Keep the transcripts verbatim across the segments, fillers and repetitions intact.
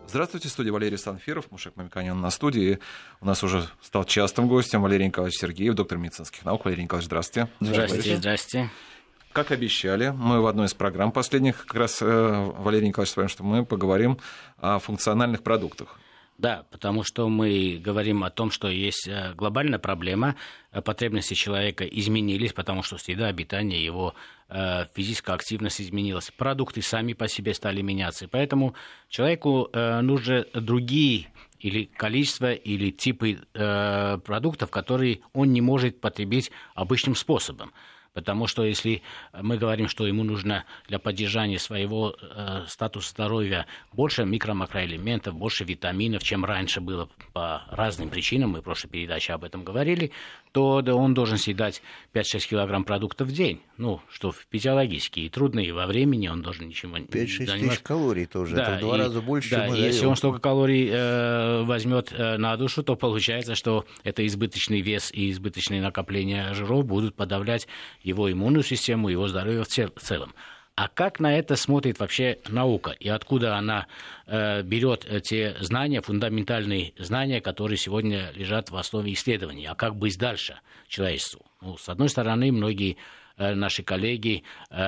Здравствуйте, студия Валерий Санфиров, Мушек Мамиканян на студии. У нас уже стал частым гостем Валерий Николаевич Сергеев, доктор медицинских наук. Валерий Николаевич, здравствуйте. Здравствуйте, здравствуйте. Как обещали, мы в одной из программ последних, как раз, Валерий Николаевич, с вами, что мы поговорим о функциональных продуктах. Да, потому что мы говорим о том, что есть глобальная проблема, потребности человека изменились, потому что среда обитания, его физическая активность изменилась, продукты сами по себе стали меняться, и поэтому человеку нужны другие или количество, или типы продуктов, которые он не может потребить обычным способом. Потому что если мы говорим, что ему нужно для поддержания своего э, статуса здоровья больше микро-макроэлементов, больше витаминов, чем раньше было по разным причинам, мы в прошлой передаче об этом говорили, то да, он должен съедать пять-шесть килограмм продуктов в день. Ну, что физиологически и трудно, и во времени он должен ничего не занимать. пять-шесть тысяч калорий тоже, да, это в два и, раза больше, да, чем мы если даем. он столько калорий э, возьмет э, на душу, то получается, что это избыточный вес и избыточные накопления жиров будут подавлять его иммунную систему, его здоровье в целом. А как на это смотрит вообще наука? И откуда она э, берет те знания, фундаментальные знания, которые сегодня лежат в основе исследований? А как быть дальше человечеству? Ну, с одной стороны, многие э, наши коллеги,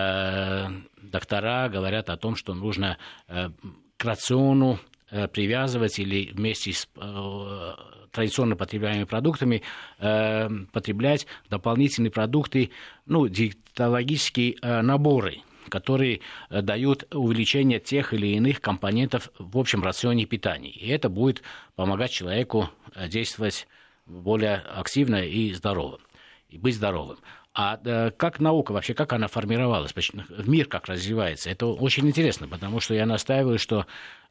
э, доктора говорят о том, что нужно э, к рациону э, привязывать или вместе с э, традиционно потребляемыми продуктами э, потреблять дополнительные продукты, ну, диетологические э, наборы, которые э, дают увеличение тех или иных компонентов в общем рационе питания. И это будет помогать человеку э, действовать более активно и здоровым, и быть здоровым. А э, как наука вообще, как она формировалась, в мир как развивается, это очень интересно, потому что я настаиваю, что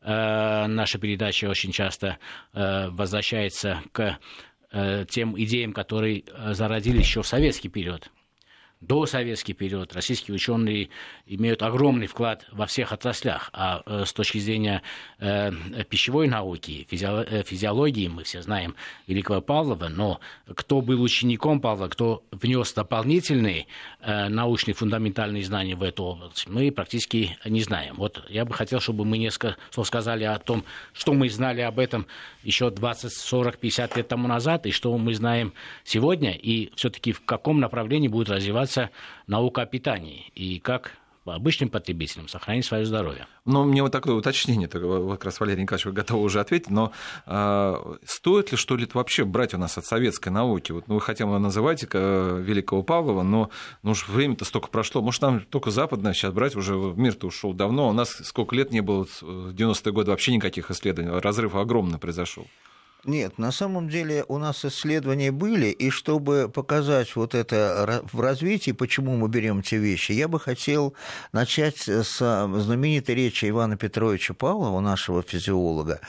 э, наша передача очень часто э, возвращается к э, тем идеям, которые э, зародились еще в советский период. До советский период российские ученые имеют огромный вклад во всех отраслях, а э, с точки зрения э, пищевой науки, физио- физиологии, мы все знаем великого Павлова, но кто был учеником Павлова, кто внес дополнительные э, научные фундаментальные знания в эту область, мы практически не знаем. Вот я бы хотел, чтобы мы несколько слов сказали о том, что мы знали об этом еще двадцать, сорок, пятьдесят лет тому назад, и что мы знаем сегодня, и все-таки в каком направлении будет развиваться наука о питании и как обычным потребителям сохранить свое здоровье. Ну, мне вот такое уточнение, вот как раз Валерий Николаевич, вы готовы уже ответить, но э, стоит ли, что ли, это вообще брать у нас от советской науки? Вот, ну, вы хотя бы называете великого Павлова, но ну, уж время-то столько прошло, может, нам только западное сейчас брать, уже мир-то ушел давно, у нас сколько лет не было, в девяностые годы вообще никаких исследований, разрыв огромный произошел. Нет, на самом деле у нас исследования были, и чтобы показать вот это в развитии, почему мы берем эти вещи, я бы хотел начать с знаменитой речи Ивана Петровича Павлова, нашего физиолога,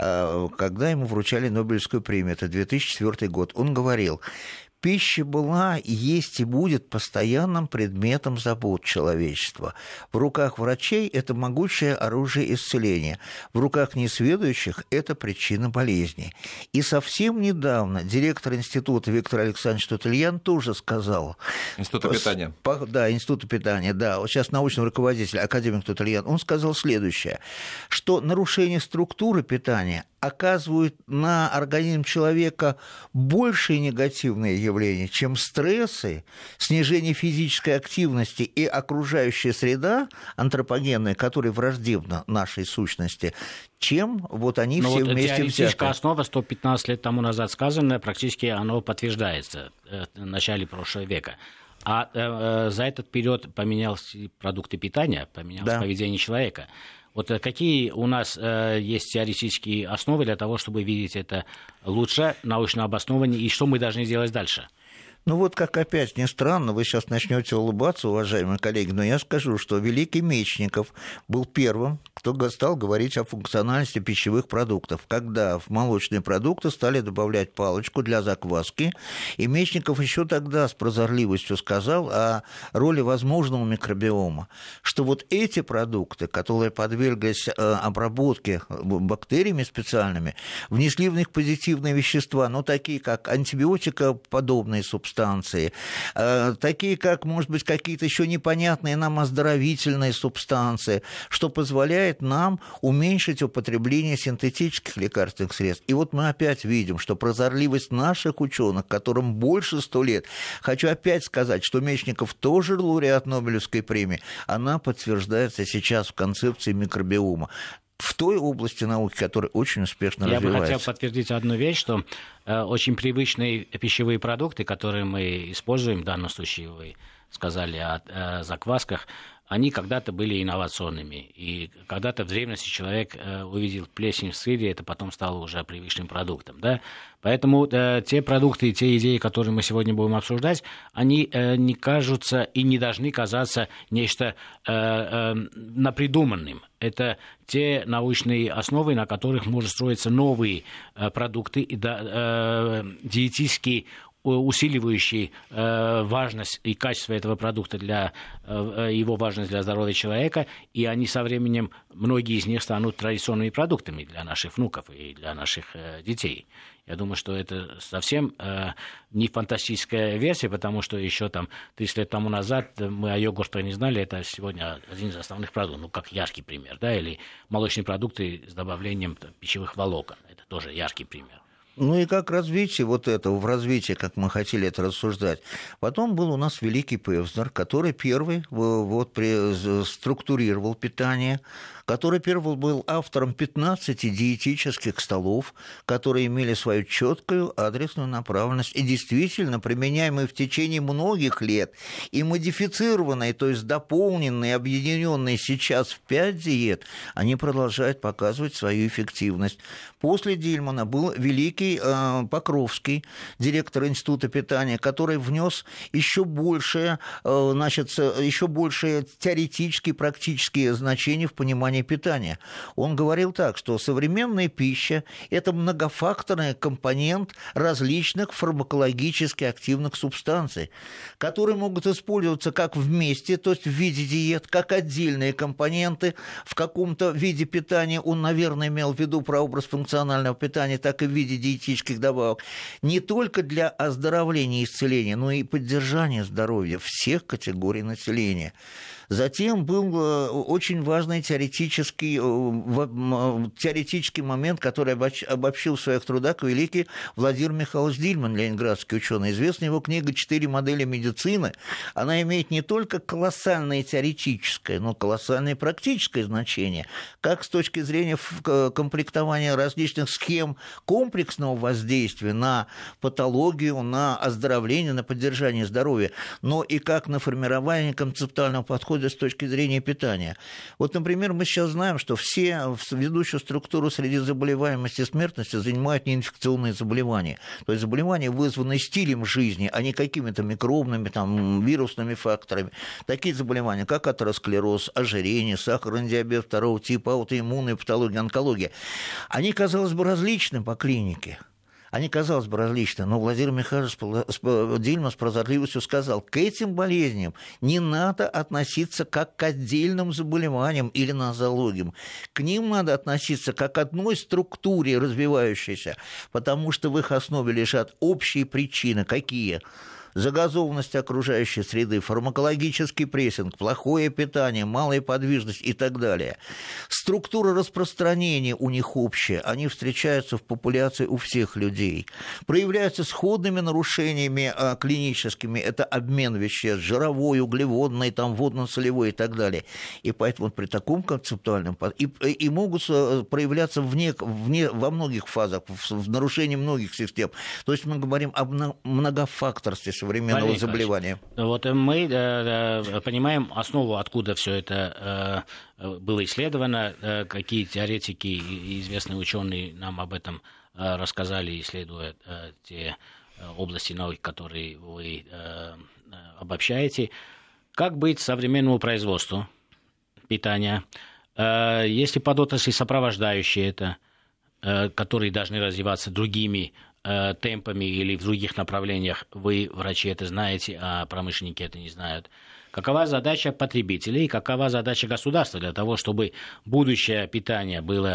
когда ему вручали Нобелевскую премию, это две тысячи четвёртый год. Он говорил: пища была, есть и будет постоянным предметом забот человечества. В руках врачей это могучее оружие исцеления, в руках несведущих это причина болезней. И совсем недавно директор института Виктор Александрович Тутельян тоже сказал... Института питания. Да, Института питания, да. Вот сейчас научный руководитель, академик Тутельян, он сказал следующее, что нарушение структуры питания оказывают на организм человека большие негативные явления, чем стрессы, снижение физической активности и окружающая среда антропогенная, которая враждебна нашей сущности, чем вот они Но все вот вместе взяты. Теоретическая основа сто пятнадцать лет тому назад сказанная, практически оно подтверждается в начале прошлого века. А э, за этот период поменялись продукты питания, поменялось да. поведение человека. Вот какие у нас э, есть теоретические основы для того, чтобы видеть это лучше, научно обоснованнее, и что мы должны делать дальше? Ну вот как опять не странно, вы сейчас начнете улыбаться, уважаемые коллеги, но я скажу, что великий Мечников был первым, кто стал говорить о функциональности пищевых продуктов, когда в молочные продукты стали добавлять палочку для закваски, и Мечников еще тогда с прозорливостью сказал о роли возможного микробиома, что вот эти продукты, которые подверглись обработке бактериями специальными, внесли в них позитивные вещества, ну такие как антибиотикоподобные субстанции, субстанции, такие как, может быть, какие-то еще непонятные нам оздоровительные субстанции, что позволяет нам уменьшить употребление синтетических лекарственных средств. И вот мы опять видим, что прозорливость наших ученых, которым больше ста лет, хочу опять сказать, что Мечников тоже лауреат Нобелевской премии, она подтверждается сейчас в концепции микробиома в той области науки, которая очень успешно Я развивается. бы хотел подтвердить одну вещь, что э, очень привычные пищевые продукты, которые мы используем, в данном случае вы сказали о э, заквасках, они когда-то были инновационными. И когда-то в древности человек э, увидел плесень в сыре, это потом стало уже привычным продуктом. Да? Поэтому э, те продукты и те идеи, которые мы сегодня будем обсуждать, они э, не кажутся и не должны казаться нечто э, э, напридуманным. Это те научные основы, на которых может строиться новые э, продукты, и, да, э, диетические, усиливающий э, важность и качество этого продукта, для э, его важность для здоровья человека, и они со временем, многие из них станут традиционными продуктами для наших внуков и для наших э, детей. Я думаю, что это совсем э, не фантастическая версия, потому что еще там тридцать лет тому назад мы о йогурте не знали, это сегодня один из основных продуктов, ну, как яркий пример, да, или молочные продукты с добавлением там, пищевых волокон, это тоже яркий пример. Ну и как развитие вот этого, в развитии, как мы хотели это рассуждать. Потом был у нас великий Певзнер, который первый вот, при, структурировал питание, который первый был автором пятнадцати диетических столов, которые имели свою четкую адресную направленность и действительно применяемые в течение многих лет и модифицированные, то есть дополненные, объединенные сейчас в пять диет, они продолжают показывать свою эффективность. После Дильмана был великий Покровский, директор Института питания, который внес еще большее, значит, еще большее теоретические, практические значения в понимание питания. Он говорил так, что современная пища – это многофакторный компонент различных фармакологически активных субстанций, которые могут использоваться как вместе, то есть в виде диет, как отдельные компоненты в каком-то виде питания. Он, наверное, имел в виду прообраз функционального питания, так и в виде диетических добавок, не только для оздоровления и исцеления, но и поддержания здоровья всех категорий населения. Затем был очень важный теоретический, теоретический момент, который обобщил в своих трудах великий Владимир Михайлович Дильман, ленинградский ученый. Известна его книга «Четыре модели медицины». Она имеет не только колоссальное теоретическое, но колоссальное практическое значение, как с точки зрения комплектования различных схем комплексного воздействия на патологию, на оздоровление, на поддержание здоровья, но и как на формирование концептуального подхода с точки зрения питания. Вот, например, мы сейчас знаем, что все ведущую структуру среди заболеваемости и смертности занимают неинфекционные заболевания. То есть заболевания, вызванные стилем жизни, а не какими-то микробными, там, вирусными факторами. Такие заболевания, как атеросклероз, ожирение, сахарный диабет второго типа, аутоиммунная патология, онкология, они, казалось бы, различны по клинике. Они, казалось бы, различны, но Владимир Михайлович Дильман с прозорливостью сказал, к этим болезням не надо относиться как к отдельным заболеваниям или нозологиям. К ним надо относиться как к одной структуре развивающейся, потому что в их основе лежат общие причины. Какие? Загазованность окружающей среды, фармакологический прессинг, плохое питание, малая подвижность и так далее. Структура распространения у них общая, они встречаются в популяции у всех людей. Проявляются сходными нарушениями а, клиническими, это обмен веществ, жировой, углеводный, там, водно-солевой и так далее. И поэтому при таком концептуальном и, и могут проявляться вне, вне, во многих фазах, в, в нарушении многих систем. То есть мы говорим об многофакторности современного Валерий заболевания. Вот мы э, понимаем основу, откуда все это э, было исследовано, э, какие теоретики и известные ученые нам об этом э, рассказали, исследуя э, те э, области науки, которые вы э, обобщаете. Как быть современному производству питания? Э, если подотрасли сопровождающие это, э, которые должны развиваться другими темпами или в других направлениях, вы, врачи, это знаете, а промышленники это не знают. Какова задача потребителей, какова задача государства для того, чтобы будущее питание было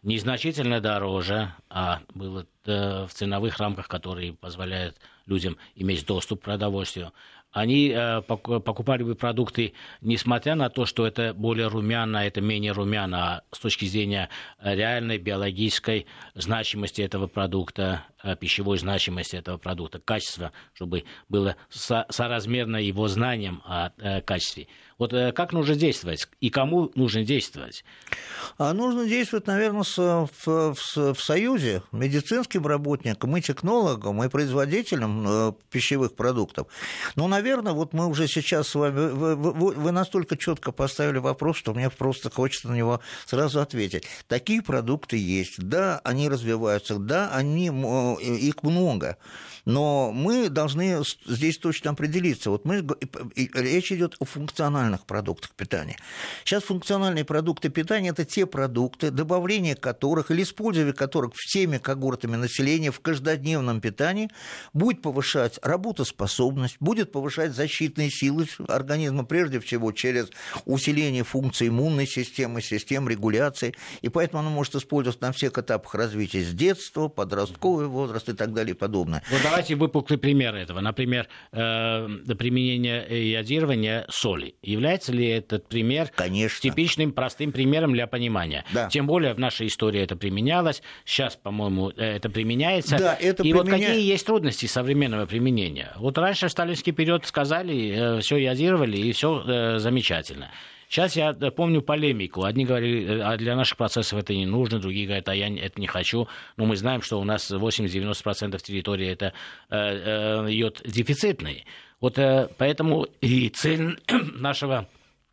незначительно дороже, а было в ценовых рамках, которые позволяют людям иметь доступ к продовольствию. Они э, покупали бы продукты, несмотря на то, что это более румяно, это менее румяно, а с точки зрения реальной биологической значимости этого продукта, э, пищевой значимости этого продукта, качества, чтобы было со- соразмерно его знаниям о э, качестве. Вот э, как нужно действовать и кому нужно действовать? А нужно действовать, наверное, с, в, в, в союзе медицинским работникам и технологам, и производителям э, пищевых продуктов. Ну, наверное, вот мы уже сейчас с вами... Вы, вы, вы настолько четко поставили вопрос, что мне просто хочется на него сразу ответить. Такие продукты есть. Да, они развиваются. Да, они, их много. Но мы должны здесь точно определиться. Вот мы, речь идет о функциональных продуктах питания. Сейчас функциональные продукты питания – это те продукты, добавление которых или использование которых всеми когортами населения в каждодневном питании будет повышать работоспособность, будет повышать защитные силы организма, прежде всего через усиление функций иммунной системы, систем регуляции. И поэтому оно может использоваться на всех этапах развития с детства, подростковый возраст и так далее и подобное. Вот давайте выпуклый пример этого. Например, э, применение йодирования соли. Является ли этот пример Конечно. типичным, простым примером для понимания? Да. Тем более в нашей истории это применялось. Сейчас, по-моему, это применяется. Да, это и применя... вот какие есть трудности современного применения? Вот раньше в сталинский период сказали, э, все йодировали, и все э, замечательно. Сейчас я помню полемику. Одни говорили, а для наших процессов это не нужно, другие говорят, а я это не хочу. Но мы знаем, что у нас восемьдесят-девяносто процентов территории это э, э, йод дефицитный. Вот э, поэтому и цель нашего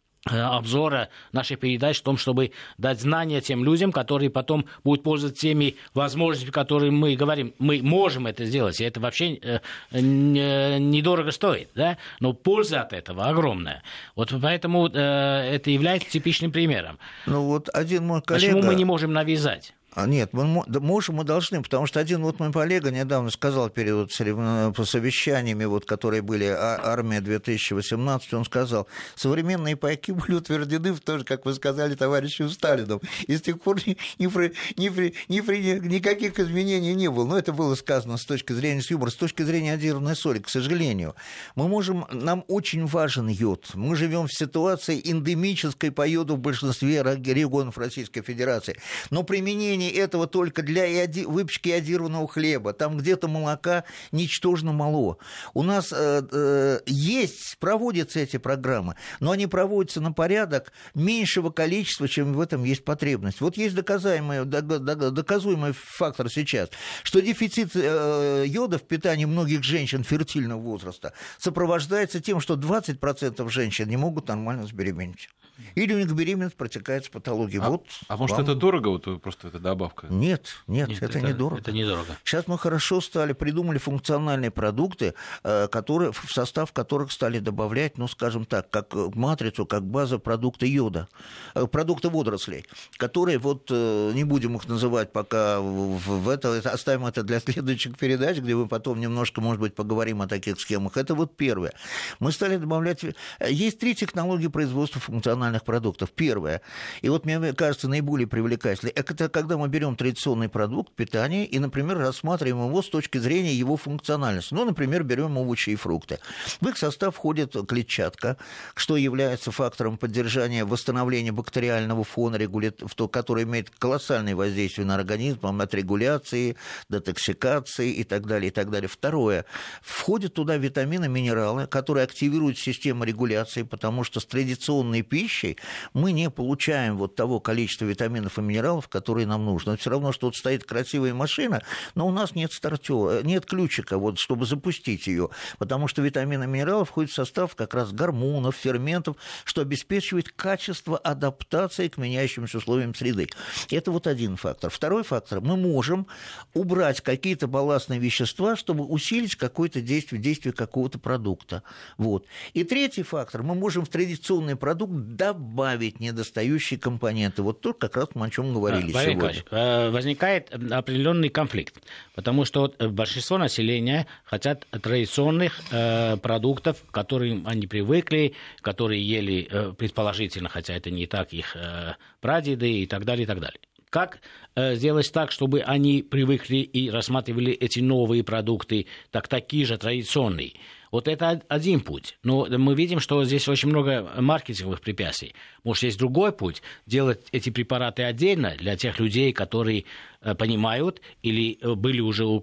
обзора нашей передачи в том, чтобы дать знания тем людям, которые потом будут пользоваться теми возможностями, которые мы говорим, мы можем это сделать, и это вообще э, не, недорого стоит, да? Но польза от этого огромная. Вот поэтому э, это является типичным примером. Ну вот один мой коллега... Почему мы не можем навязать? Нет, мы можем, мы должны, потому что один вот мой коллега недавно сказал перед вот совещаниями, вот, которые были «Армия две тысячи восемнадцать», он сказал, современные пайки были утверждены, тоже, как вы сказали, товарищу Сталину, и с тех пор ни, ни, при, ни, при, ни при никаких изменений не было. Но это было сказано с точки зрения юмора, с точки зрения йодированной соли, к сожалению. Мы можем, нам очень важен йод. Мы живем в ситуации эндемической по йоду в большинстве регионов Российской Федерации. Но применение этого только для йоди... выпечки йодированного хлеба, там где-то молока ничтожно мало. У нас э, э, есть, проводятся эти программы, но они проводятся на порядок меньшего количества, чем в этом есть потребность. Вот есть доказуемый, доказуемый фактор сейчас, что дефицит э, йода в питании многих женщин фертильного возраста сопровождается тем, что двадцать процентов женщин не могут нормально забеременеть. Или у них беременность протекает с патологией. А, вот а может, вам... это дорого, вот просто эта добавка? Нет, нет, нет это, это недорого. Это недорого. Сейчас мы хорошо стали, придумали функциональные продукты, которые, в состав которых стали добавлять, ну, скажем так, как матрицу, как база продукты йода, продукты водорослей, которые, вот, не будем их называть пока, в это, оставим это для следующих передач, где мы потом немножко, может быть, поговорим о таких схемах. Это вот первое. Мы стали добавлять... Есть три технологии производства функциональных продуктов. Первое, и вот мне кажется наиболее привлекательной, это когда мы берем традиционный продукт питания и, например, рассматриваем его с точки зрения его функциональности. Ну, например, берем овощи и фрукты. В их состав входит клетчатка, что является фактором поддержания восстановления бактериального фона, который имеет колоссальное воздействие на организм, от регуляции, детоксикации и так далее, и так далее. Второе, входят туда витамины, минералы, которые активируют систему регуляции, потому что с традиционной пищей мы не получаем вот того количества витаминов и минералов, которые нам нужны. Все равно, что вот стоит красивая машина, но у нас нет стартера, нет ключика, вот, чтобы запустить ее, потому что витамины и минералы входят в состав как раз гормонов, ферментов, что обеспечивает качество адаптации к меняющимся условиям среды. Это вот один фактор. Второй фактор. Мы можем убрать какие-то балластные вещества, чтобы усилить какое-то действие, действие какого-то продукта. Вот. И третий фактор. Мы можем в традиционный продукт добавить недостающие компоненты. Вот то, как раз мы о чем говорили Валерий сегодня. Николаевич, возникает определенный конфликт, потому что большинство населения хотят традиционных э, продуктов, к которым они привыкли, которые ели, э, предположительно, хотя это не так, их э, прадеды и так далее, и так далее. Как э, сделать так, чтобы они привыкли и рассматривали эти новые продукты, так такие же традиционные? Вот это один путь. Но мы видим, что здесь очень много маркетинговых препятствий. Может, есть другой путь – делать эти препараты отдельно для тех людей, которые э, понимают или были уже у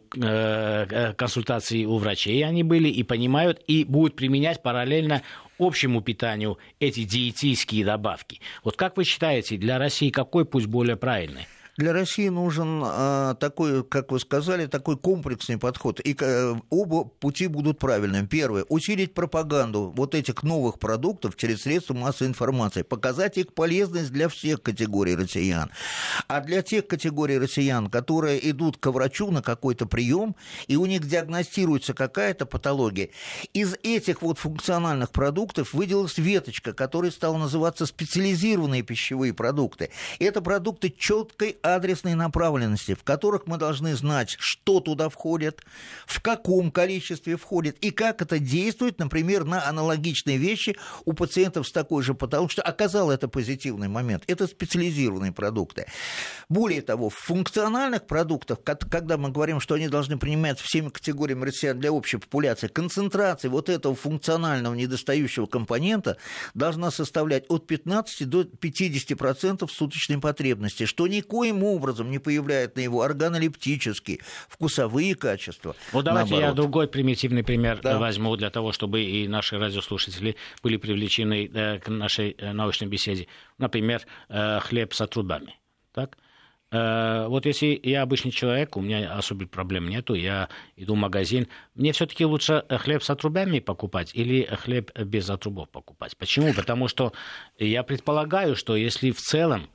э, консультаций у врачей, они были и понимают, и будут применять параллельно общему питанию эти диетические добавки. Вот как вы считаете, для России какой путь более правильный? Для России нужен э, такой, как вы сказали, такой комплексный подход. И э, оба пути будут правильными. Первое – усилить пропаганду вот этих новых продуктов через средства массовой информации, показать их полезность для всех категорий россиян. А для тех категорий россиян, которые идут к врачу на какой-то прием, и у них диагностируется какая-то патология, из этих вот функциональных продуктов выделилась веточка, которая стала называться специализированные пищевые продукты. Это продукты четкой адресной направленности, в которых мы должны знать, что туда входит, в каком количестве входит и как это действует, например, на аналогичные вещи у пациентов с такой же патологией, что оказал это позитивный момент. Это специализированные продукты. Более того, в функциональных продуктах, когда мы говорим, что они должны приниматься всеми категориями россиян для общей популяции, концентрация вот этого функционального недостающего компонента должна составлять от пятнадцати до пятидесяти процентов суточной потребности, что никоим образом не появляет на его органолептические, вкусовые качества. Вот давайте наоборот. Я другой примитивный пример да. возьму для того, чтобы и наши радиослушатели были привлечены э, к нашей э, научной беседе. Например, э, хлеб с отрубами. Так? Э, вот если я обычный человек, у меня особых проблем нету, я иду в магазин, мне все-таки лучше хлеб с отрубами покупать или хлеб без отрубов покупать? Почему? Потому что я предполагаю, что если в целом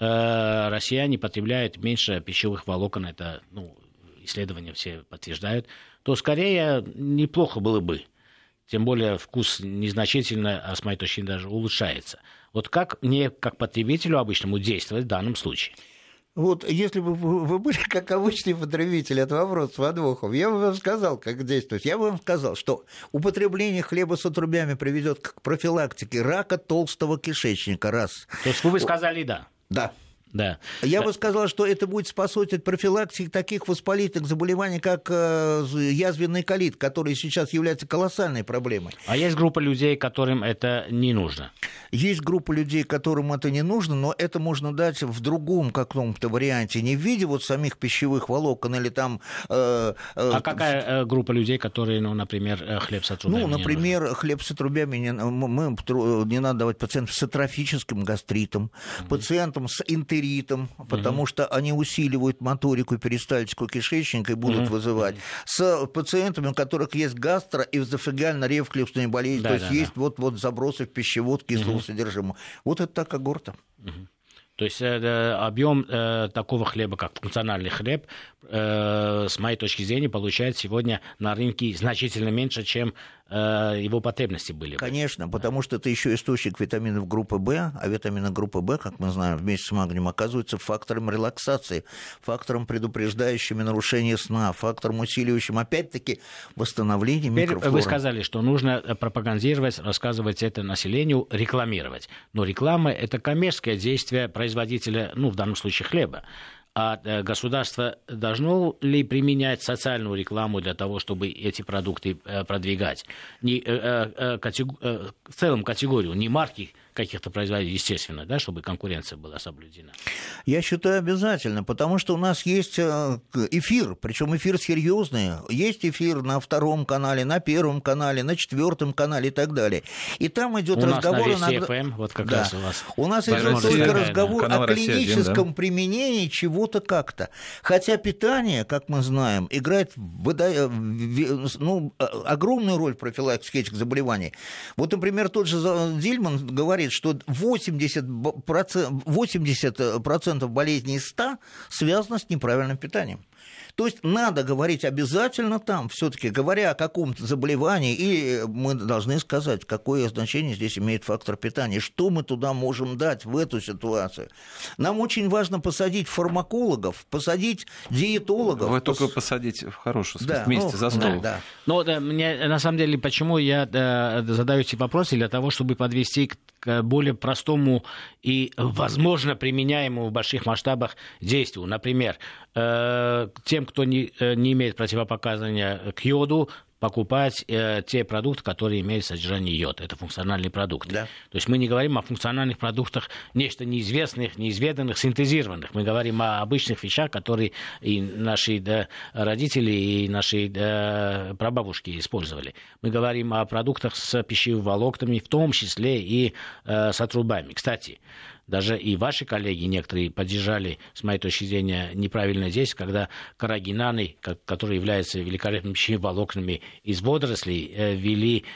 россияне потребляют меньше пищевых волокон, это ну, исследования все подтверждают, то скорее неплохо было бы. Тем более вкус незначительно, а с моей точки зрения даже улучшается. Вот как мне, как потребителю обычному, действовать в данном случае? Вот если бы вы были как обычный потребитель, это вопрос с подвохом, я бы вам сказал, как действовать. Я бы вам сказал, что употребление хлеба с отрубями приведет к профилактике рака толстого кишечника. Раз. То есть вы бы сказали «да». Да. Да. Я да. бы сказал, что это будет способствовать профилактике таких воспалительных заболеваний, как язвенный колит, который сейчас является колоссальной проблемой. А есть группа людей, которым это не нужно? Есть группа людей, которым это не нужно, но это можно дать в другом каком-то варианте, не в виде вот самих пищевых волокон или там... Э, э, а какая э, группа людей, которые, ну, например, хлеб с отрубями? Ну, например, хлеб с отрубями не, мы, не надо давать пациентам с атрофическим гастритом, mm-hmm. пациентам с энтеритом, потому mm-hmm. что они усиливают моторику и перистальтику кишечника и будут mm-hmm. вызывать. С пациентами, у которых есть гастро- и эзофагеально-рефлюксные болезни, да, то есть да, есть да. Вот-вот забросы в пищевод кислого mm-hmm. содержимого. Вот это та когорта. Mm-hmm. То есть э, объем э, такого хлеба, как функциональный хлеб, э, с моей точки зрения, получает сегодня на рынке значительно меньше, чем э, его потребности были. Конечно, потому что это еще источник витаминов группы В, а витамины группы В, как мы знаем, вместе с магнием оказываются фактором релаксации, фактором, предупреждающим нарушение сна, фактором, усиливающим, опять-таки, восстановление Теперь микрофлоры. Вы сказали, что нужно пропагандировать, рассказывать это населению, рекламировать. Но реклама – это коммерческое действие производителя, ну, в данном случае, хлеба. А государство должно ли применять социальную рекламу для того, чтобы эти продукты продвигать? Не, в целом категорию, не марки каких-то производителей, естественно, да, чтобы конкуренция была соблюдена? Я считаю, обязательно, потому что у нас есть эфир, причем эфир серьезный. Есть эфир на втором канале, на первом канале, на четвертом канале и так далее. И там идет у разговор... Нас на Вести эф эм, вот как да. раз у вас. У нас идет Россия, только да, разговор да. о клиническом применении чего-то как-то. Хотя питание, как мы знаем, играет выда... ну, огромную роль в профилактике этих заболеваний. Вот, например, тот же Зильман говорит, что восемьдесят процентов болезней из ста связано с неправильным питанием. То есть надо говорить обязательно там, все-таки говоря о каком-то заболевании, и мы должны сказать, какое значение здесь имеет фактор питания, что мы туда можем дать в эту ситуацию. Нам очень важно посадить фармакологов, посадить диетологов. Вы пос... только посадить в хорошую, да, вместе ну, за стол. Да, да. Но да, мне, на самом деле, почему я да, задаю эти вопросы, для того, чтобы подвести к к более простому и, возможно, применяемому в больших масштабах действию. Например, тем, кто не, не имеет противопоказания к йоду, покупать э, те продукты, которые имеют содержание йода. Это функциональные продукты. Да. То есть мы не говорим о функциональных продуктах, нечто неизвестных, неизведанных, синтезированных. Мы говорим о обычных вещах, которые и наши да, родители, и наши да, прабабушки использовали. Мы говорим о продуктах с пищевыми волокнами, в том числе и э, с отрубами. Кстати, даже и ваши коллеги некоторые поддержали, с моей точки зрения, неправильное действие, когда каррагинаны, которые являются великолепными пищевыми волокнами из водорослей, ввели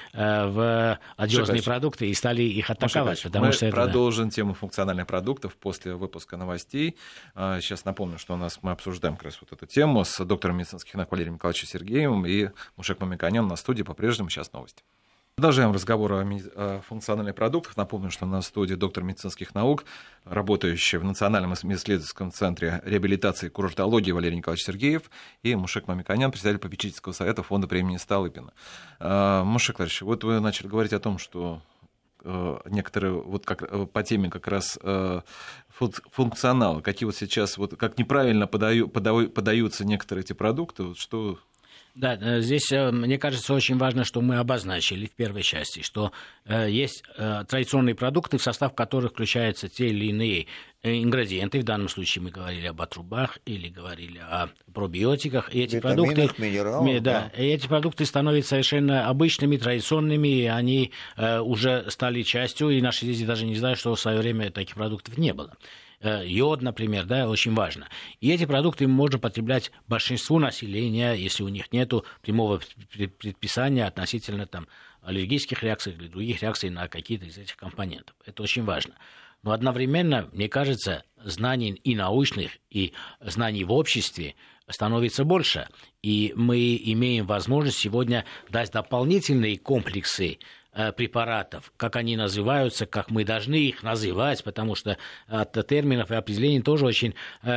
в одежные продукты и стали их атаковать. Потому мы что продолжим это... тему функциональных продуктов после выпуска новостей. Сейчас напомню, что у нас мы обсуждаем как раз вот эту тему с доктором медицинских наук Валерием Николаевичем Сергеевым и Мушек Мамиканян на студии. По-прежнему сейчас новости. Продолжаем разговор о функциональных продуктах. Напомню, что на студии доктор медицинских наук, работающий в Национальном исследовательском центре реабилитации и курортологии Валерий Николаевич Сергеев и Мушек Мамиканян, председатель попечительского совета фонда премии Столыпина. Мушек Николаевич, вот вы начали говорить о том, что некоторые, вот как, по теме как раз функционала, какие вот сейчас, вот как неправильно подаю, подаю, подаются некоторые эти продукты, вот что... Да, здесь, мне кажется, очень важно, что мы обозначили в первой части, что есть традиционные продукты, в состав которых включаются те или иные ингредиенты. В данном случае мы говорили об отрубах или говорили о пробиотиках. И эти витаминах, продукты, минералах. Да, да. И эти продукты становятся совершенно обычными, традиционными, и они уже стали частью, и наши дети даже не знают, что в свое время таких продуктов не было. Йод, например, да, очень важно. И эти продукты можно потреблять большинству населения, если у них нет прямого предписания относительно там, аллергических реакций или других реакций на какие-то из этих компонентов. Это очень важно. Но одновременно, мне кажется, знаний и научных, и знаний в обществе становится больше. И мы имеем возможность сегодня дать дополнительные комплексы препаратов, как они называются, как мы должны их называть, потому что от терминов и определений тоже очень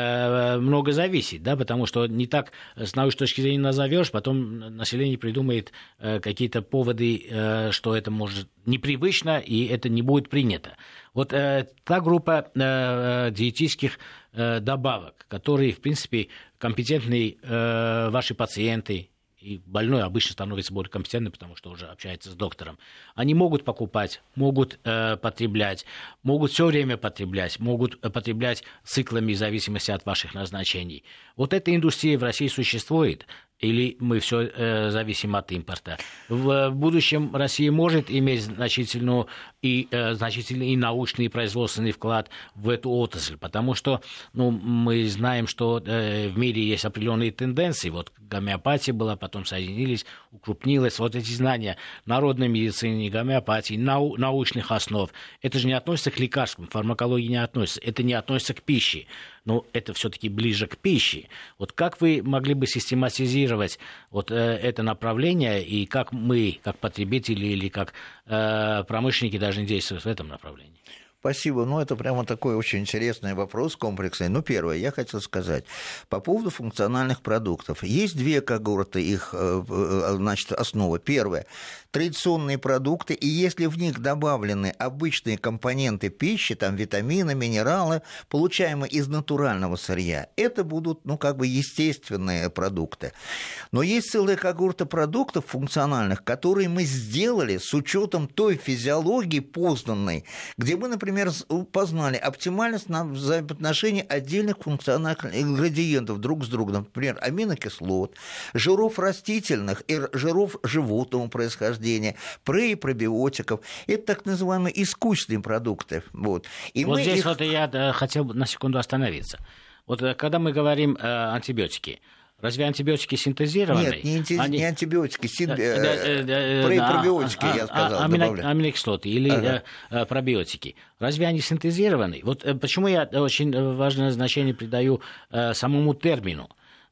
э, много зависит, да, потому что не так с научной точки зрения назовешь, потом население придумает э, какие-то поводы, э, что это может непривычно и это не будет принято. Вот э, та группа э, диетических э, добавок, которые, в принципе, компетентные э, ваши пациенты, и больной обычно становится более компетентным, потому что уже общается с доктором. Они могут покупать, могут э, потреблять, могут все время потреблять, могут потреблять циклами в зависимости от ваших назначений. Вот эта индустрия в России существует, или мы все э, зависим от импорта. В будущем Россия может иметь значительную и, э, значительный и научный и производственный вклад в эту отрасль, потому что ну, мы знаем, что э, в мире есть определенные тенденции. Вот гомеопатия была, потом соединились, укрупнилась. Вот эти знания народной медицины, гомеопатии, нау- научных основ, это же не относится к лекарствам, фармакологии не относится, это не относится к пище. Но это все-таки ближе к пище. Вот как вы могли бы систематизировать вот э, это направление, и как мы, как потребители или как э, промышленники, должны действовать в этом направлении? Спасибо. Ну, это прямо такой очень интересный вопрос, комплексный. Ну, первое, я хотел сказать по поводу функциональных продуктов. Есть две когорты их, значит, основы. Первое – традиционные продукты, и если в них добавлены обычные компоненты пищи, там витамины, минералы, получаемые из натурального сырья, это будут, ну, как бы естественные продукты. Но есть целая когорта продуктов функциональных, которые мы сделали с учетом той физиологии познанной, где мы, например, познали оптимальность на взаимоотношении отдельных функциональных ингредиентов друг с другом, например, аминокислот, жиров растительных и жиров животного происхождения, пре- и пробиотиков. Это так называемые искусственные продукты. Вот, и вот здесь их... вот я хотел на секунду остановиться. Вот когда мы говорим э, антибиотики, разве антибиотики синтезированы? Нет, не, анти... Они... не антибиотики, син... да, да, да, пробиотики, а, я сказал. А, амино... аминокислоты или ага. а, пробиотики. Разве они синтезированы? Вот почему я очень важное значение придаю а, самому термину.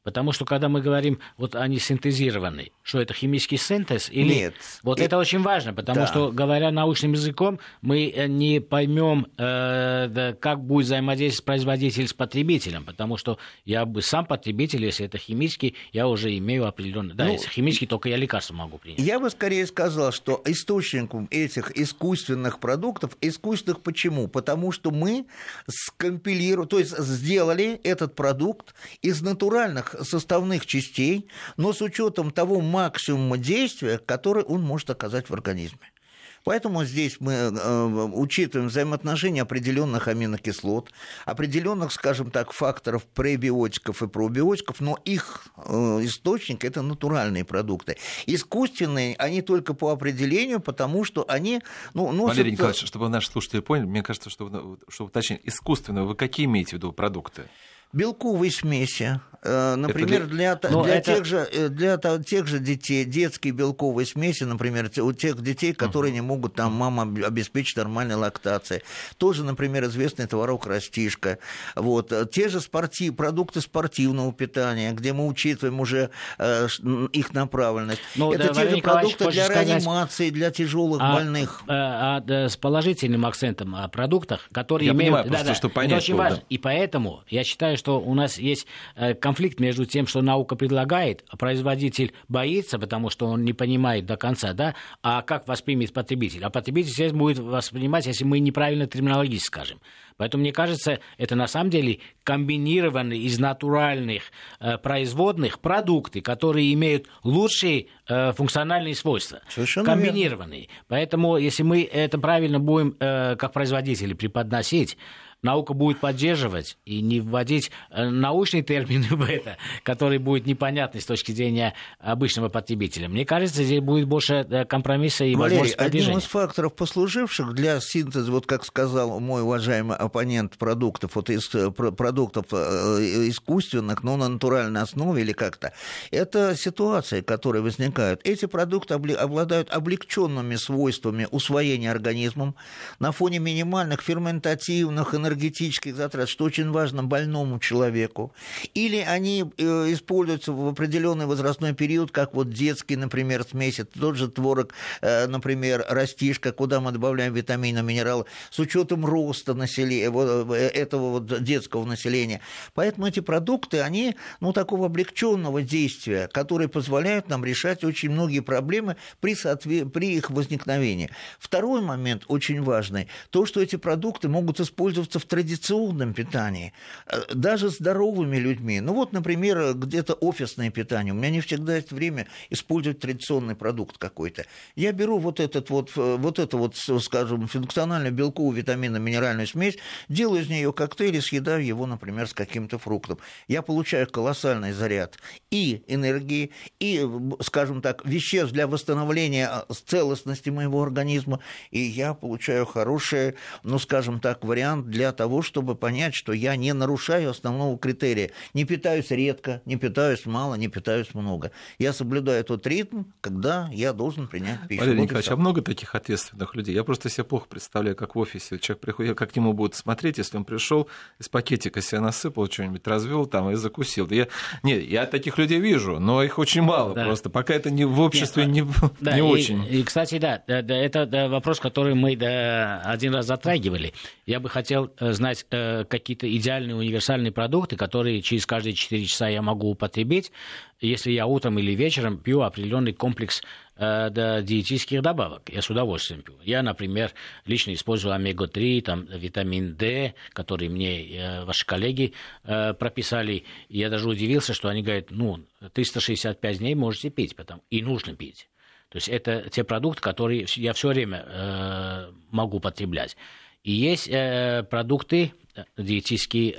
Потому что, когда мы говорим, вот они синтезированы, что это химический синтез или... Нет. Вот и... это очень важно, потому да. что, говоря научным языком, мы не поймем, э, да, как будет взаимодействовать производитель с потребителем, потому что я бы сам потребитель, если это химический, я уже имею определенный... Да, ну, если химический, только я лекарство могу принять. Я бы скорее сказал, что источником этих искусственных продуктов, искусственных почему? Потому что мы скомпилировали, то есть сделали этот продукт из натуральных составных частей, но с учетом того максимума действия, который он может оказать в организме. Поэтому здесь мы э, учитываем взаимоотношения определенных аминокислот, определенных, скажем так, факторов пребиотиков и пробиотиков, но их э, источник – это натуральные продукты. Искусственные, они только по определению, потому что они... Ну, носят... Валерий Николаевич, чтобы наши слушатели поняли, мне кажется, что, чтобы уточнить, искусственные, вы какие имеете в виду продукты? Белковые смеси, например, для, для, это... тех же, для тех же детей, детские белковые смеси, например, у тех детей, которые uh-huh. не могут там мама обеспечить нормальной лактацией. Тоже, например, известный творог растишка. Вот. Те же спортив, продукты спортивного питания, где мы учитываем уже э, их направленность. Ну, это да, те Валерий же продукты для сказать... реанимации, для тяжелых а, больных. А, а, а, с положительным акцентом о продуктах, которые я имеют... Понимаю, просто, да, да, что понять это очень было, важно. Да. И поэтому я считаю, что у нас есть конфликт между тем, что наука предлагает, а производитель боится, потому что он не понимает до конца, да, а как воспримет потребитель. А потребитель сейчас будет воспринимать, если мы неправильно терминологически скажем. Поэтому, мне кажется, это на самом деле комбинированные из натуральных э, производных продукты, которые имеют лучшие э, функциональные свойства. Совершенно комбинированные. Верно. Поэтому, если мы это правильно будем, э, как производители, преподносить, наука будет поддерживать и не вводить научные термины в это, которые будут непонятны с точки зрения обычного потребителя. Мне кажется, здесь будет больше компромисса и Валерий, возможности продвижения. Одним из факторов, послуживших для синтеза, вот как сказал мой уважаемый оппонент, продуктов, вот из продуктов искусственных, но на натуральной основе или как-то, это ситуации, которые возникают. Эти продукты обладают облегченными свойствами усвоения организмом на фоне минимальных ферментативных, энергетических, энергетических затрат, что очень важно больному человеку, или они э, используются в определенный возрастной период, как вот детский, например, смеси, тот же творог, э, например, растишка, куда мы добавляем витамины, минералы, с учетом роста населения, вот, этого вот детского населения. Поэтому эти продукты, они, ну, такого облегченного действия, которые позволяют нам решать очень многие проблемы при, соотве... при их возникновении. Второй момент очень важный, то, что эти продукты могут использоваться в традиционном питании, даже здоровыми людьми. Ну вот, например, где-то офисное питание. У меня не всегда есть время использовать традиционный продукт какой-то. Я беру вот, этот вот, вот эту вот, скажем, функциональную белковую витаминно-минеральную смесь, делаю из нее коктейль и съедаю его, например, с каким-то фруктом. Я получаю колоссальный заряд и энергии, и, скажем так, веществ для восстановления целостности моего организма, и я получаю хороший, ну, скажем так, вариант для того, чтобы понять, что я не нарушаю основного критерия. Не питаюсь редко, не питаюсь мало, не питаюсь много. Я соблюдаю тот ритм, когда я должен принять пищу. Валерий вот Николаевич, а много таких ответственных людей? Я просто себе плохо представляю, как в офисе человек приходит, как к нему будут смотреть, если он пришел из пакетика себе насыпал, что-нибудь развел там и закусил. Я, нет, я таких людей вижу, но их очень мало да. просто. Пока это не, в обществе нет, не, да, не и, очень. И, кстати, да, это да, вопрос, который мы да, один раз затрагивали. Я бы хотел знать э, какие-то идеальные универсальные продукты, которые через каждые четыре часа я могу употребить, если я утром или вечером пью определенный комплекс э, да, диетических добавок. Я с удовольствием пью. Я, например, лично использую омега три, там, витамин D, который мне э, ваши коллеги э, прописали. Я даже удивился, что они говорят, ну, триста шестьдесят пять дней можете пить, потому, и нужно пить. То есть это те продукты, которые я все время э, могу потреблять. И есть э, продукты, диетические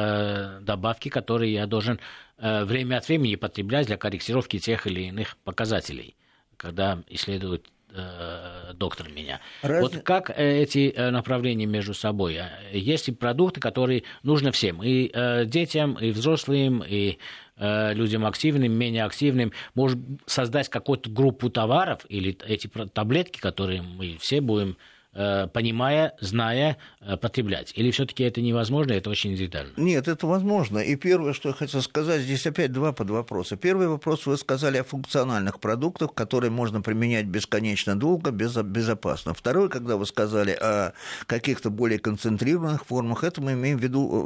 э, добавки, которые я должен э, время от времени потреблять для корректировки тех или иных показателей, когда исследует э, доктор меня. Раз... Вот как э, эти э, направления между собой? Есть и продукты, которые нужны всем, и э, детям, и взрослым, и э, людям активным, менее активным. Может создать какую-то группу товаров или эти таблетки, которые мы все будем понимая, зная, потреблять? Или все-таки это невозможно, это очень индивидуально? Нет, это возможно. И первое, что я хотел сказать, здесь опять два подвопроса. Первый вопрос, вы сказали о функциональных продуктах, которые можно применять бесконечно долго, безопасно. Второй, когда вы сказали о каких-то более концентрированных формах, это мы имеем в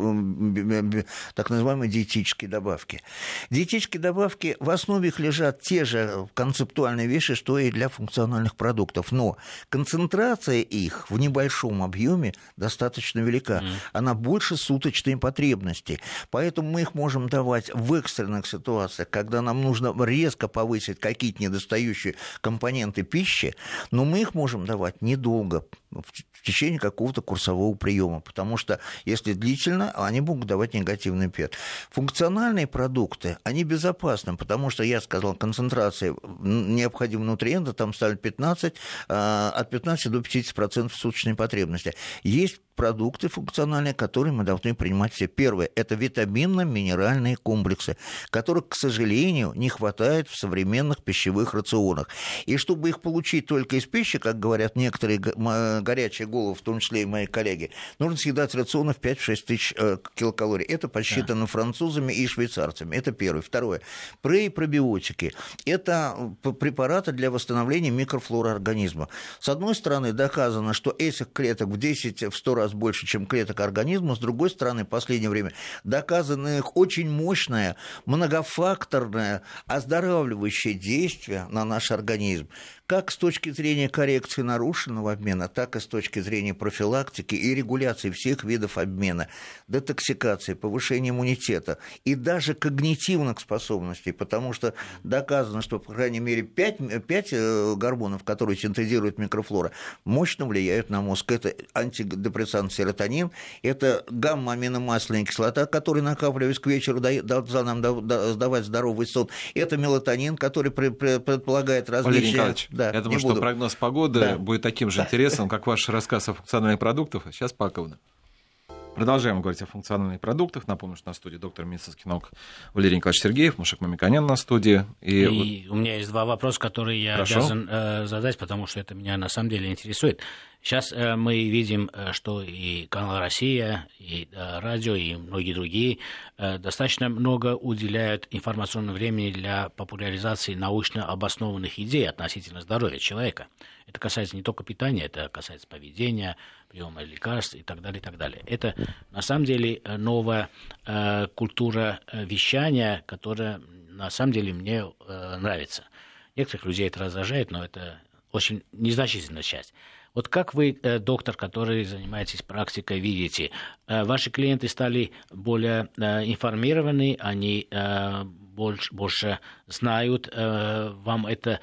виду так называемые диетические добавки. Диетические добавки, в основе их лежат те же концептуальные вещи, что и для функциональных продуктов. Но концентрация их в небольшом объеме достаточно велика. Mm. Она больше суточной потребности. Поэтому мы их можем давать в экстренных ситуациях, когда нам нужно резко повысить какие-то недостающие компоненты пищи, но мы их можем давать недолго, в течение какого-то курсового приема, потому что если длительно, они могут давать негативный эффект. Функциональные продукты, они безопасны, потому что, я сказал, концентрация необходимых нутриентов там ставят пятнадцать, от пятнадцати до пятидесяти процентов суточной потребности. Есть продукты функциональные, которые мы должны принимать все. Первое – это витаминно-минеральные комплексы, которых, к сожалению, не хватает в современных пищевых рационах. И чтобы их получить только из пищи, как говорят некоторые горячие головы, в том числе и мои коллеги, нужно съедать рационы в пять-шесть тысяч килокалорий. Это подсчитано да. французами и швейцарцами. Это первое. Второе – пре- и пробиотики. Это препараты для восстановления микрофлоры организма. С одной стороны, доказано, что этих клеток в десять-сто раз больше, чем клеток организма. С другой стороны, в последнее время доказано их очень мощное, многофакторное, оздоравливающее действие на наш организм. Как с точки зрения коррекции нарушенного обмена, так и с точки зрения профилактики и регуляции всех видов обмена, детоксикации, повышения иммунитета и даже когнитивных способностей, потому что доказано, что, по крайней мере, пять, пять гормонов, которые синтезирует микрофлора, мощно влияют на мозг. Это антидепрессант серотонин, это гамма-аминомасляная кислота, которая, накапливаясь к вечеру, должна нам давать здоровый сон. Это мелатонин, который предполагает различия... Да, я думаю, что буду. Прогноз погоды да. будет таким же интересным, как ваш рассказ о функциональных продуктах. Сейчас паковано. Продолжаем говорить о функциональных продуктах. Напомню, что на студии доктор медицинских наук Валерий Николаевич Сергеев, Мушек Мамиканян на студии. И, и вот... у меня есть два вопроса, которые я Хорошо. обязан э, задать, потому что это меня на самом деле интересует. Сейчас э, мы видим, что и канал «Россия», и э, радио, и многие другие э, достаточно много уделяют информационного времени для популяризации научно обоснованных идей относительно здоровья человека. Это касается не только питания, это касается поведения, приема лекарств и так далее, и так далее. Это на самом деле новая э, культура вещания, которая на самом деле мне э, нравится. Некоторых людей это раздражает, но это очень незначительная часть. Вот как вы, доктор, который занимаетесь практикой, видите, ваши клиенты стали более информированы, они больше, больше знают, вам это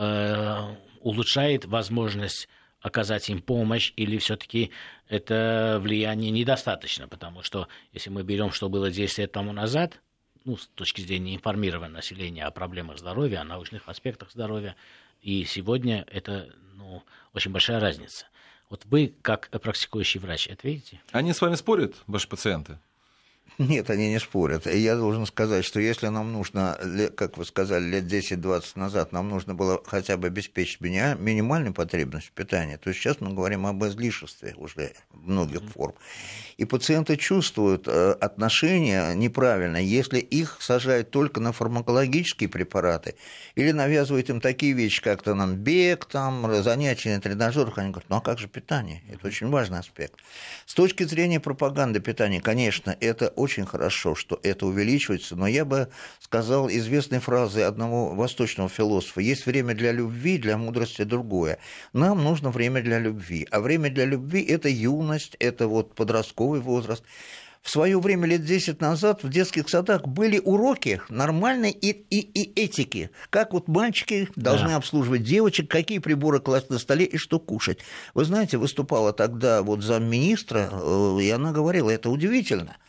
улучшает возможность оказать им помощь, или все-таки это влияние недостаточно? Потому что если мы берем, что было десять лет тому назад, ну, с точки зрения информированного населения о проблемах здоровья, о научных аспектах здоровья, и сегодня это, ну, очень большая разница. Вот вы, как практикующий врач, это видите? Они с вами спорят, ваши пациенты? Нет, они не спорят. Я должен сказать, что если нам нужно, как вы сказали, лет десять-двадцать назад нам нужно было хотя бы обеспечить меня минимальную потребность питания, то сейчас мы говорим об излишестве уже многих форм. И пациенты чувствуют отношение неправильно, если их сажают только на фармакологические препараты или навязывают им такие вещи, как то нам бег, там, занятия на тренажерах. Они говорят, ну а как же питание? Это очень важный аспект. С точки зрения пропаганды питания, конечно, это очень хорошо, что это увеличивается, но я бы сказал известной фразы одного восточного философа: есть время для любви, для мудрости другое. Нам нужно время для любви, а время для любви – это юность, это вот подростковый возраст. В свое время, лет десять назад, в детских садах были уроки нормальной и, и, и этики. Как вот мальчики должны да. обслуживать девочек, какие приборы класть на столе и что кушать. Вы знаете, выступала тогда вот замминистра, и она говорила, это удивительно.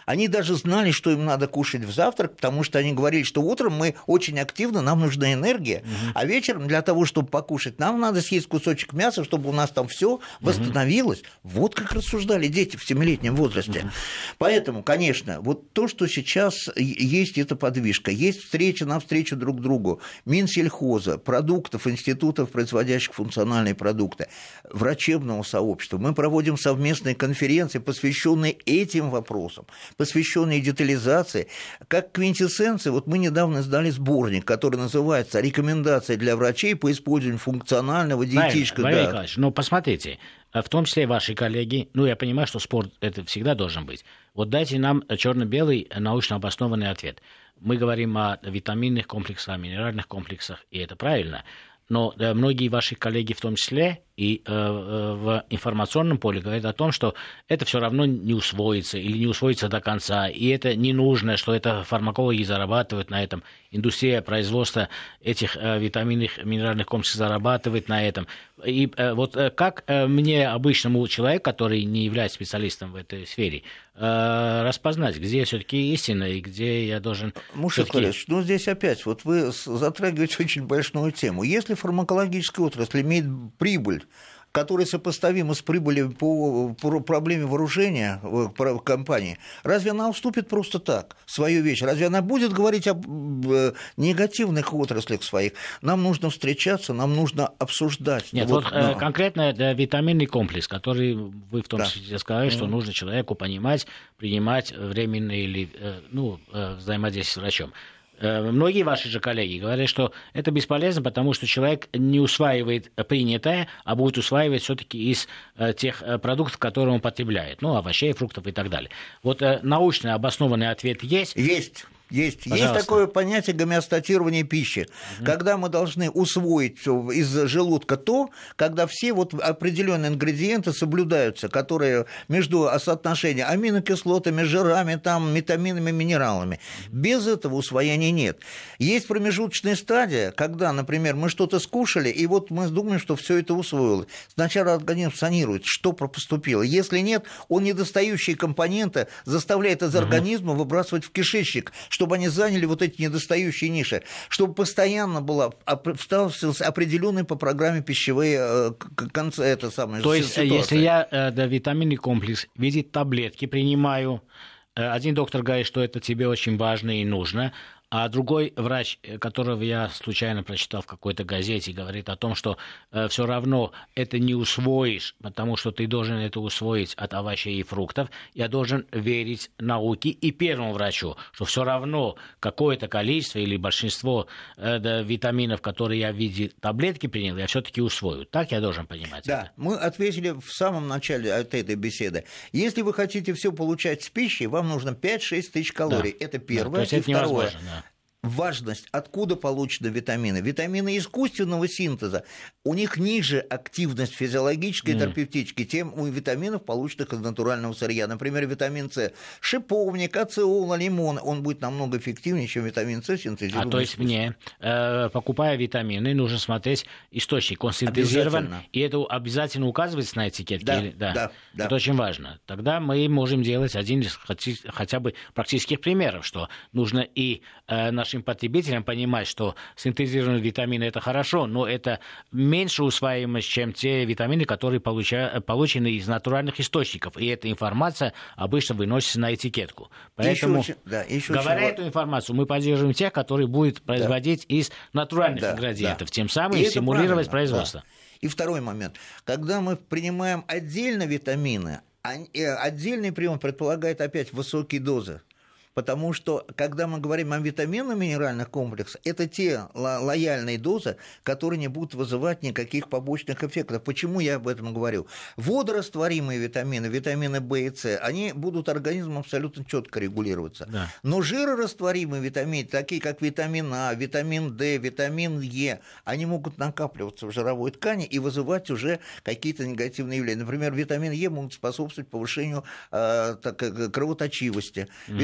Они даже знали, что им надо кушать в завтрак, потому что они говорили, что утром мы очень активны, нам нужна энергия, угу. а вечером для того, чтобы покушать, нам надо съесть кусочек мяса, чтобы у нас там все восстановилось. Угу. Вот как рассуждали дети в семилетнем возрасте. Угу. Поэтому, конечно, вот то, что сейчас есть эта подвижка, есть встреча навстречу друг другу Минсельхоза, продуктов, институтов, производящих функциональные продукты, врачебного сообщества. Мы проводим совместные конференции, посвященные этим вопросам, посвященные детализации. Как квинтэссенция, вот мы недавно издали сборник, который называется «Рекомендации для врачей по использованию функционального диетического». Валерий да. Николаевич, ну посмотрите, в том числе ваши коллеги, ну я понимаю, что спорт это всегда должен быть. Вот дайте нам черно-белый научно обоснованный ответ. Мы говорим о витаминных комплексах, о минеральных комплексах, и это правильно. Но э, многие ваши коллеги в том числе и э, э, в информационном поле говорят о том, что это все равно не усвоится или не усвоится до конца, и это не нужно, что это фармакологи зарабатывают на этом, индустрия производства этих э, витаминных, минеральных комплексов зарабатывает на этом. И э, вот э, как э, мне, обычному человеку, который не является специалистом в этой сфере, э, распознать, где все-таки истина и где я должен... Мушек Валерьевич, ну здесь опять, вот вы затрагиваете очень большую тему. Если фармакологическая отрасль имеет прибыль, которые сопоставимы с прибылью по, по проблеме вооружения в компании, разве она уступит просто так свою вещь? Разве она будет говорить об негативных отраслях своих? Нам нужно встречаться, нам нужно обсуждать. Нет, вот, вот но... конкретно да, витаминный комплекс, который вы в том числе да. сказали, что mm-hmm. нужно человеку понимать, принимать временно или ну, взаимодействие с врачом. Многие ваши же коллеги говорят, что это бесполезно, потому что человек не усваивает принятое, а будет усваивать все-таки из тех продуктов, которые он потребляет, ну, овощей, фруктов и так далее. Вот научно обоснованный ответ есть? Есть. Есть. Есть такое понятие гомеостатирования пищи, угу. когда мы должны усвоить из желудка то, когда все вот определенные ингредиенты соблюдаются, которые между соотношением аминокислотами, жирами, там, витаминами, минералами. Без этого усвоения нет. Есть промежуточная стадия, когда, например, мы что-то скушали, и вот мы думаем, что все это усвоилось. Сначала организм санирует, что поступило. Если нет, он недостающие компоненты заставляет из организма угу. выбрасывать в кишечник, чтобы они заняли вот эти недостающие ниши, чтобы постоянно была определенные по программе пищевые концы, это самое. То есть, ситуация. Если я да, витаминный комплекс в виде таблетки принимаю, один доктор говорит, что это тебе очень важно и нужно, а другой врач, которого я случайно прочитал в какой-то газете, говорит о том, что э, все равно это не усвоишь, потому что ты должен это усвоить от овощей и фруктов. Я должен верить науке и первому врачу, что все равно какое-то количество или большинство э, да, витаминов, которые я в виде таблетки принял, я все-таки усвою. Так я должен понимать да, это? Мы ответили в самом начале этой беседы. Если вы хотите все получать с пищей, вам нужно пять-шесть тысяч калорий. Да. Это первое. Да, и это второе. Да. Важность, откуда получены витамины. Витамины искусственного синтеза, у них ниже активность физиологическая и mm. терапевтическая, тем у витаминов, полученных из натурального сырья. Например, витамин С, шиповник, ацеола, лимон, он будет намного эффективнее, чем витамин С синтезируемый. А то есть мне, э, покупая витамины, нужно смотреть источник, он синтезирован, и это обязательно указывается на этикетке? Да, или... да. да, да. Это очень важно. Тогда мы можем делать один из хотя бы практических примеров, что нужно и э, нашим потребителям понимать, что синтезированные витамины – это хорошо, но это меньше усваиваемость, чем те витамины, которые получа... получены из натуральных источников. И эта информация обычно выносится на этикетку. Поэтому, еще, да, еще говоря очень... эту информацию, мы поддерживаем тех, которые будут производить да. из натуральных да, ингредиентов, да. тем самым и стимулировать производство. Да. И второй момент. Когда мы принимаем отдельно витамины, отдельный прием предполагает опять высокие дозы. Потому что, когда мы говорим о витаминно-минеральных комплексах, это те ло- лояльные дозы, которые не будут вызывать никаких побочных эффектов. Почему я об этом говорю? Водорастворимые витамины, витамины В и С, они будут организмом абсолютно четко регулироваться. Да. Но жирорастворимые витамины, такие как витамин А, витамин D, витамин Е, они могут накапливаться в жировой ткани и вызывать уже какие-то негативные явления. Например, витамин Е может способствовать повышению э, так, кровоточивости. Угу. Витамин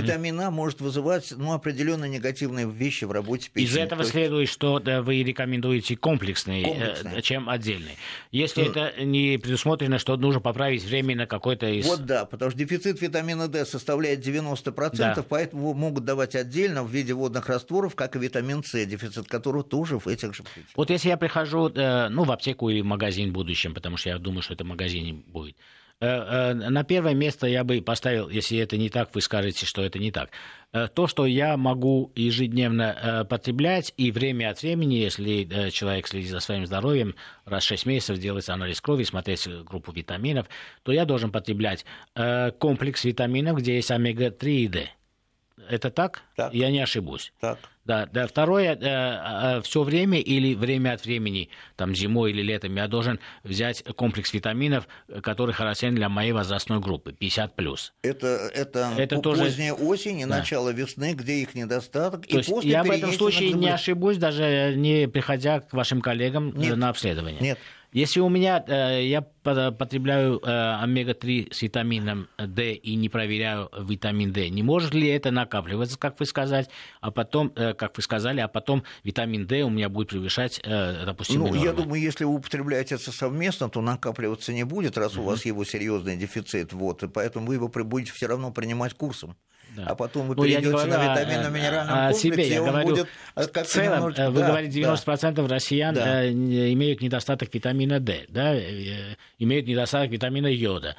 она может вызывать ну, определенные негативные вещи в работе печени. Из этого есть... следует, что да, вы рекомендуете комплексный, комплексный, чем отдельный. Если mm. это не предусмотрено, что нужно поправить временно какой-то из... Вот да, потому что дефицит витамина D составляет девяносто процентов, да. Поэтому могут давать отдельно в виде водных растворов, как и витамин С, дефицит которого тоже в этих же птицах. Вот если я прихожу ну, в аптеку или в магазин в будущем, потому что я думаю, что это в магазине будет, на первое место я бы поставил, если это не так, вы скажете, что это не так. То, что я могу ежедневно потреблять, и время от времени, если человек следит за своим здоровьем, раз в шесть месяцев делать анализ крови, смотреть группу витаминов, то я должен потреблять комплекс витаминов, где есть омега три и D. Это так? Так. Я не ошибусь. Так. Да, да. Второе, э, э, все время или время от времени, там, зимой или летом, я должен взять комплекс витаминов, который характерен для моей возрастной группы, пятьдесят плюс. Это, это, это поздняя тоже... осень и да. начало весны, где их недостаток. То и есть после я в этом случае не ошибусь, даже не приходя к вашим коллегам Нет. на обследование. Нет. Если у меня, э, я потребляю э, омега три с витамином D и не проверяю витамин D, не может ли это накапливаться, как вы сказали, а потом, э, как вы сказали, а потом витамин D у меня будет превышать э, допустимые ну, нормы? Я думаю, если вы употребляете это совместно, то накапливаться не будет, раз mm-hmm. у вас его серьезный дефицит, вот, и поэтому вы его будете все равно принимать курсом. Да. А потом вы ну, перейдете на витаминно-минеральном комплексе, себе, я и он говорю, будет... В целом, немножечко... вы да, говорите, девяносто процентов да. россиян да. имеют недостаток витамина D, да, имеют недостаток витамина йода.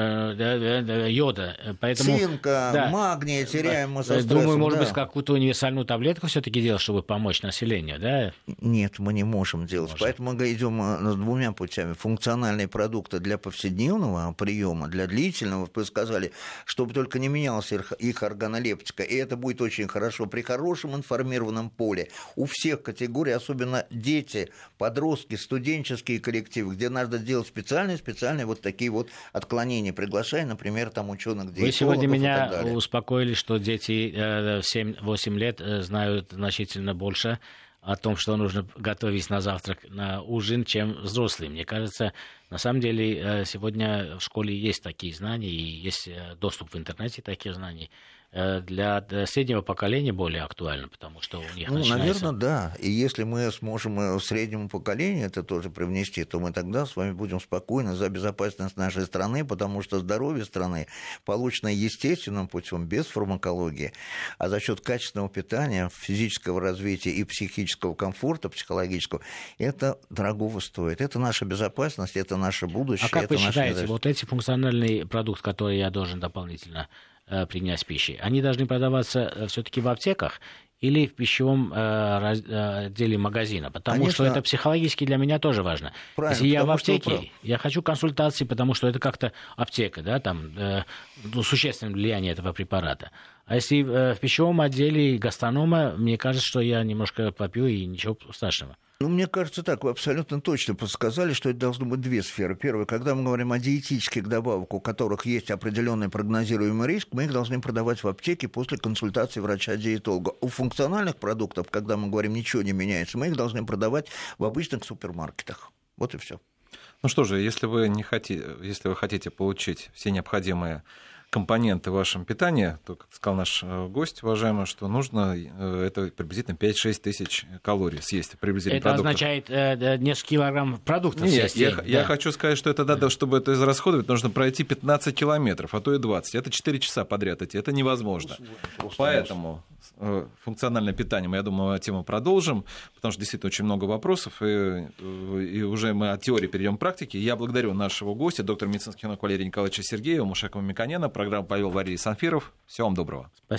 йода. Поэтому, Цинка, да, магния теряем мы со стрессом. Думаю, может да. быть, какую-то универсальную таблетку все-таки делать, чтобы помочь населению, да? Нет, мы не можем делать. Можем. Поэтому мы идем двумя путями. Функциональные продукты для повседневного приема, для длительного, вы сказали, чтобы только не менялся их, их органолептика. И это будет очень хорошо при хорошем информированном поле. У всех категорий, особенно дети, подростки, студенческие коллективы, где надо делать специальные-специальные вот такие вот отклонения. Приглашая, например, там ученых, диетологов. Вы сегодня меня успокоили, что дети в семь-восемь лет знают значительно больше о том, что нужно готовить на завтрак, на ужин, чем взрослые. Мне кажется, на самом деле сегодня в школе есть такие знания, и есть доступ в интернете таких знаний. Для среднего поколения более актуально, потому что у них ну, начинается... Наверное, да. И если мы сможем среднему поколению это тоже привнести, то мы тогда с вами будем спокойны за безопасность нашей страны, потому что здоровье страны, полученное естественным путем, без фармакологии, а за счет качественного питания, физического развития и психического комфорта, психологического, это дорогого стоит. Это наша безопасность, это наше будущее. А как это вы считаете, наше... вот эти функциональные продукты, которые я должен дополнительно принять в пищи, они должны продаваться все-таки в аптеках или в пищевом э, отделе магазина? Потому Конечно. Что это психологически для меня тоже важно. Правильно, если я в аптеке, я хочу консультации, потому что это как-то аптека, да, там э, ну, существенное влияние этого препарата. А если э, в пищевом отделе гастронома, мне кажется, что я немножко попью и ничего страшного. Ну, мне кажется, так, вы абсолютно точно подсказали, что это должно быть две сферы. Первое, когда мы говорим о диетических добавках, у которых есть определенный прогнозируемый риск, мы их должны продавать в аптеке после консультации врача-диетолога. У функциональных продуктов, когда мы говорим, ничего не меняется, мы их должны продавать в обычных супермаркетах. Вот и все. Ну что же, если вы, не хотите, если вы хотите получить все необходимые компоненты в вашем питании, то, как сказал наш гость, уважаемый, что нужно это приблизительно пять-шесть тысяч калорий съесть приблизительно это продуктов. означает э, несколько килограмм продуктов Нет, съесть. Я, да. я хочу сказать, что это надо, чтобы это израсходовать, нужно пройти пятнадцать километров, а то и двадцать. Это четыре часа подряд идти, это невозможно. Просто Поэтому функциональное питание, мы, я думаю, тему продолжим, потому что действительно очень много вопросов, и, и уже мы от теории перейдем к практике. Я благодарю нашего гостя, доктора медицинских наук Валерия Николаевича Сергеева, Мушакова Миконена. Программу провел Валерий Санфиров. Всего вам доброго. Спасибо.